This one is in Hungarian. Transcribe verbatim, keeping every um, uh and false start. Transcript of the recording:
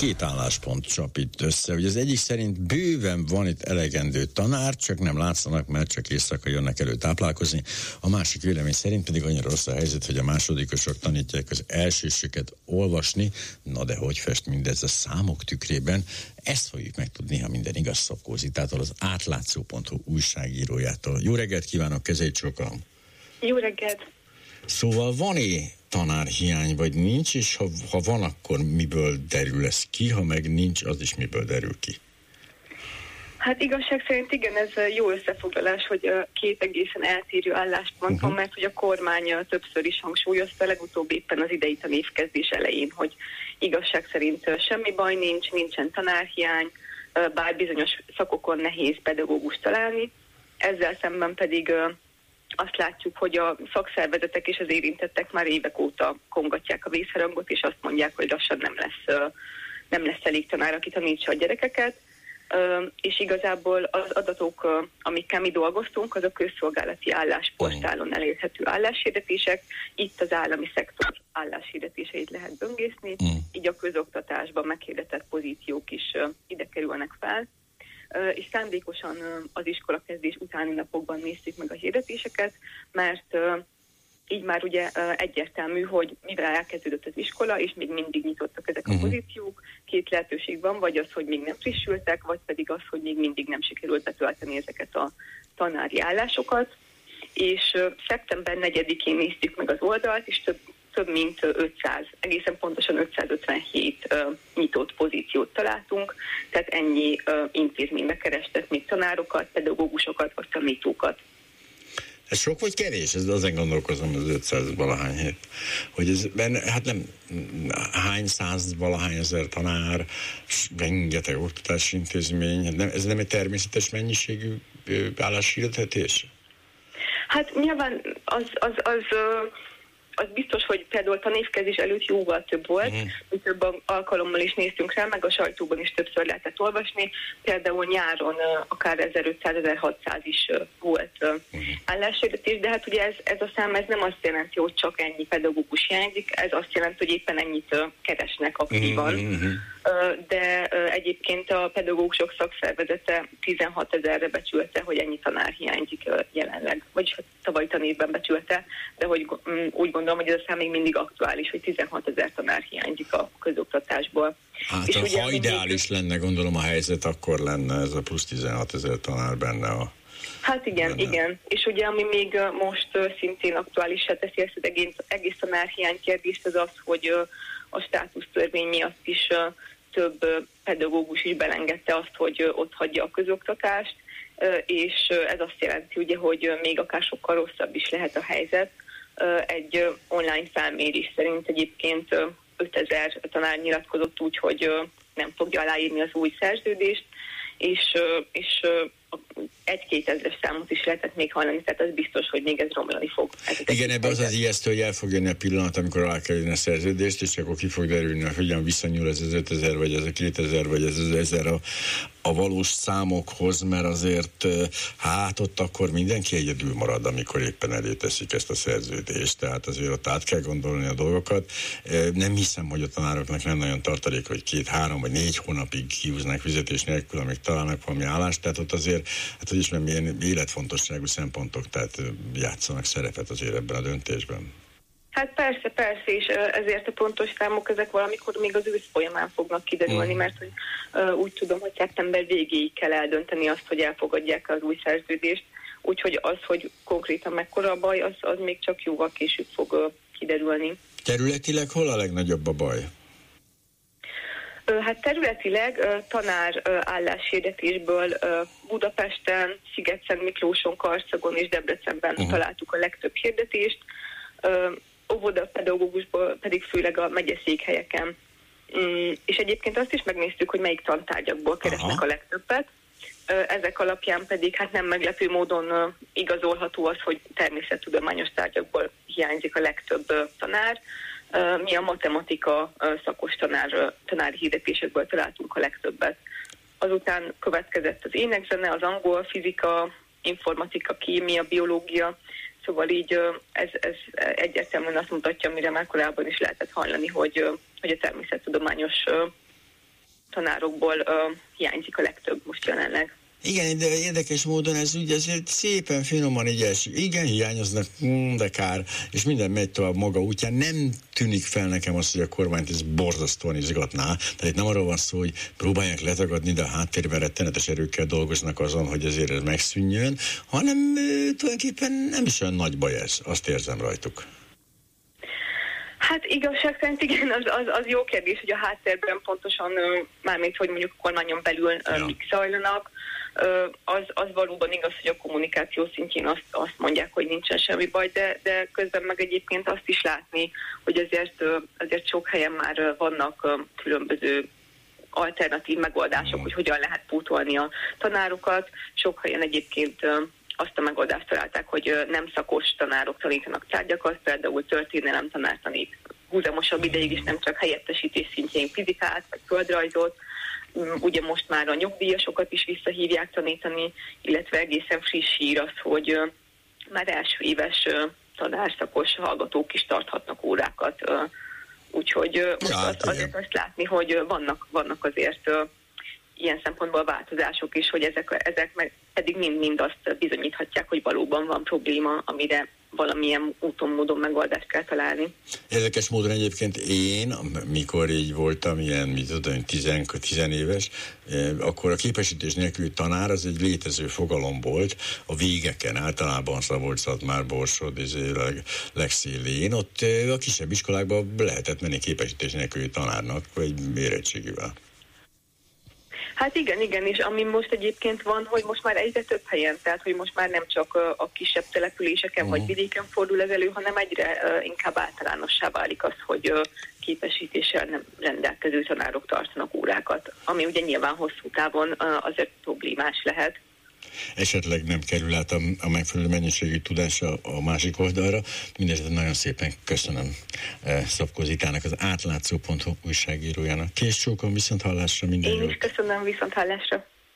két álláspont csapít össze. Ugye az egyik szerint bőven van itt elegendő tanár, csak nem látszanak, mert csak éjszaka jönnek elő táplálkozni. A másik vélemény szerint pedig annyira rossz a helyzet, hogy a másodikosok tanítják az elsősöket olvasni. Na de hogy fest mindez a számok tükrében? Ezt fogjuk megtudni, ha minden igaz, Szabó Zitától, az átlátszó pont hu újságírójától. Jó reggelt kívánok, kezét sokan! Jó reggelt! Szóval van-e tanárhiány, vagy nincs, és ha, ha van, akkor miből derül ez ki, ha meg nincs, az is miből derül ki? Hát igazság szerint igen, ez jó összefoglalás, hogy két egészen eltérő álláspont van, uh-huh. mert hogy a kormány többször is hangsúlyozta, legutóbb éppen az idei tanévkezdés elején, hogy igazság szerint semmi baj nincs, nincsen tanárhiány, bár bizonyos szakokon nehéz pedagógus találni. Ezzel szemben pedig azt látjuk, hogy a szakszervezetek és az érintettek már évek óta kongatják a vészharangot, és azt mondják, hogy lassan nem lesz, nem lesz elég tanár, aki tanítsa a gyerekeket. És igazából az adatok, amikkel mi dolgoztunk, az a közszolgálati állásportálon elérhető álláshirdetések. Itt az állami szektor álláshirdetéseit lehet böngészni, mm. így a közoktatásban meghirdetett pozíciók is ide kerülnek fel. És szándékosan az iskolakezdés utáni napokban néztük meg a hirdetéseket, mert így már ugye egyértelmű, hogy mivel elkezdődött az iskola, és még mindig nyitottak ezek a pozíciók, két lehetőség van, vagy az, hogy még nem frissültek, vagy pedig az, hogy még mindig nem sikerült betölteni ezeket a tanári állásokat. És szeptember negyedikén néztük meg az oldalt, és több, több mint ötszáz, egészen pontosan ötszázötvenhét uh, nyitott pozíciót találtunk, tehát ennyi uh, intézménybe kerestek még tanárokat, pedagógusokat vagy tanítókat. Ez sok vagy kevés? Ez azért gondolkozom, az ötszáz valahány hét. Hogy ez benne, hát nem hány száz valahány ezer tanár, rengeteg oktatási intézmény, nem, ez nem egy természetes mennyiségű álláshirdetés? Hát nyilván az, az, az, az biztos, hogy például tanévkezés előtt jóval több volt, mm. mi több alkalommal is néztünk rá, meg a sajtóban is többször lehetett olvasni. Például nyáron akár ezerötszáz-ezerhatszáz is volt mm. álláshirdetés, de hát ugye ez, ez a szám ez nem azt jelenti, hogy csak ennyi pedagógus hiányzik, ez azt jelenti, hogy éppen ennyit keresnek aktívan. Mm-hmm. De egyébként a pedagógusok szakszervezete tizenhatezerre becsülte, hogy ennyi tanár hiányzik jelenleg, vagyis tavaly tanévben becsülte, de hogy úgy gondolom, hogy ez a szám még mindig aktuális, hogy tizenhatezer tanár hiányzik a közoktatásból. Hát és ha ugye, ideális még... lenne, gondolom a helyzet, akkor lenne ez a plusz tizenhatezer tanár benne a... Hát igen, benne. igen. És ugye ami még most szintén aktuálisá teszi ezt az egész, egész tanárhiány kérdést, az az, hogy a státusztörvény miatt is több pedagógus is belengedte azt, hogy ott hagyja a közoktatást, és ez azt jelenti, ugye, hogy még akár sokkal rosszabb is lehet a helyzet. Egy online felmérés szerint egyébként ötezer tanár nyilatkozott úgy, hogy nem fogja aláírni az új szerződést, és, és egy-két ezres számot is lehetett még hallani, tehát az biztos, hogy még ez romlani fog. Ez igen, ebben az az ijesztő, hogy el fog jönni a pillanat, amikor alá kell jönni a szerződést, és akkor ki fog derülni, hogy hogyan viszonyul ez az ötezer, vagy ez a kétezer, vagy ez az ezer a, a valós számokhoz, mert azért hát ott akkor mindenki egyedül marad, amikor éppen elé teszik ezt a szerződést, tehát azért ott át kell gondolni a dolgokat. Nem hiszem, hogy a tanároknak nem nagyon tartalék, hogy két, három vagy négy hónapig kihúznak fizetés nélkül, amíg találnak valami állást, tehát ott azért, hát hogy ismerem, milyen életfontosságú szempontok, tehát játszanak szerepet azért ebben a döntésben. Hát persze, persze, és ezért a pontos számok ezek valamikor még az ősz folyamán fognak kiderülni, mm. mert hogy uh, úgy tudom, hogy szeptember végéig kell eldönteni azt, hogy elfogadják az új szerződést, úgyhogy az, hogy konkrétan mekkora a baj, az, az még csak jóval később fog uh, kiderülni. Területileg hol a legnagyobb a baj? Hát területileg tanár álláshirdetésből Budapesten, Sziget-Szentmiklóson, Karszagon és Debrecenben uh-huh. találtuk a legtöbb hirdetést, óvodapedagógusból pedig főleg a megyeszékhelyeken. És egyébként azt is megnéztük, hogy melyik tantárgyakból keresnek uh-huh. a legtöbbet. Ezek alapján pedig hát nem meglepő módon igazolható az, hogy természettudományos tárgyakból hiányzik a legtöbb tanár. Mi a matematika szakos tanár, tanári hirdetésekből találtunk a legtöbbet. Azután következett az énekzene, az angol, fizika, informatika, kémia, biológia, szóval így ez, ez egyértelműen azt mutatja, amire már korábban is lehetett hallani, hogy, hogy a természettudományos tanárokból uh, hiányzik a legtöbb most jelenleg. Igen, de érdekes módon ez ugye azért szépen finoman így esik. Igen, hiányoznak, de kár, és minden megy tovább maga útján. Nem tűnik fel nekem az, hogy a kormányt ez borzasztóan izgatná. Tehát itt nem arról van szó, hogy próbálják letagadni, de a háttérben rettenetes erőkkel dolgoznak azon, hogy ezért ez megszűnjön, hanem e, tulajdonképpen nem is olyan nagy baj ez. Azt érzem rajtuk. Hát igazság szerint igen, az, az, az jó kérdés, hogy a háttérben pontosan, mármint, hogy mondjuk a kormányon belül ja. mik zajlanak. Az, az valóban igaz, hogy a kommunikáció szintjén azt, azt mondják, hogy nincsen semmi baj, de, de közben meg egyébként azt is látni, hogy azért, azért sok helyen már vannak különböző alternatív megoldások, hogy hogyan lehet pótolni a tanárokat. Sok helyen egyébként azt a megoldást találták, hogy nem szakos tanárok tanítanak tárgyakat, például történelem tanár tanít húzamosabb ideig is, nem csak helyettesítés szintjén fizikát vagy földrajzot. Ugye most már a nyugdíjasokat is visszahívják tanítani, illetve egészen friss hír az, hogy már első éves tanárszakos hallgatók is tarthatnak órákat. Úgyhogy most ja, az, azért azt látni, hogy vannak, vannak azért ilyen szempontból változások is, hogy ezek, ezek meg pedig mind-mind azt bizonyíthatják, hogy valóban van probléma, amire valamilyen úton, módon megoldást kell találni. Érdekes módon egyébként én, mikor így voltam, ilyen, mit tudom, tizenéves, akkor a képesítés nélküli tanár az egy létező fogalom volt a végeken, általában Szabolcs-Szatmár, Borsod, leg, legszélén. Ott a kisebb iskolákban lehetett menni képesítés nélküli tanárnak, vagy érettségivel. Hát igen, igen, és ami most egyébként van, hogy most már egyre több helyen, tehát hogy most már nem csak a kisebb településeken uh-huh. vagy vidéken fordul ez elő, hanem egyre uh, inkább általánossá válik az, hogy uh, képesítéssel nem rendelkező tanárok tartanak órákat, ami ugye nyilván hosszú távon uh, azért problémás lehet. Esetleg nem kerül át a, a megfelelő mennyiségű tudása a másik oldalra. Mindesetre nagyon szépen köszönöm eh, Szabó Zitának, az átlátszó pont hu újságírójának. Kész csókon, viszont hallásra, minden Én jót. is köszönöm, viszont hallásra.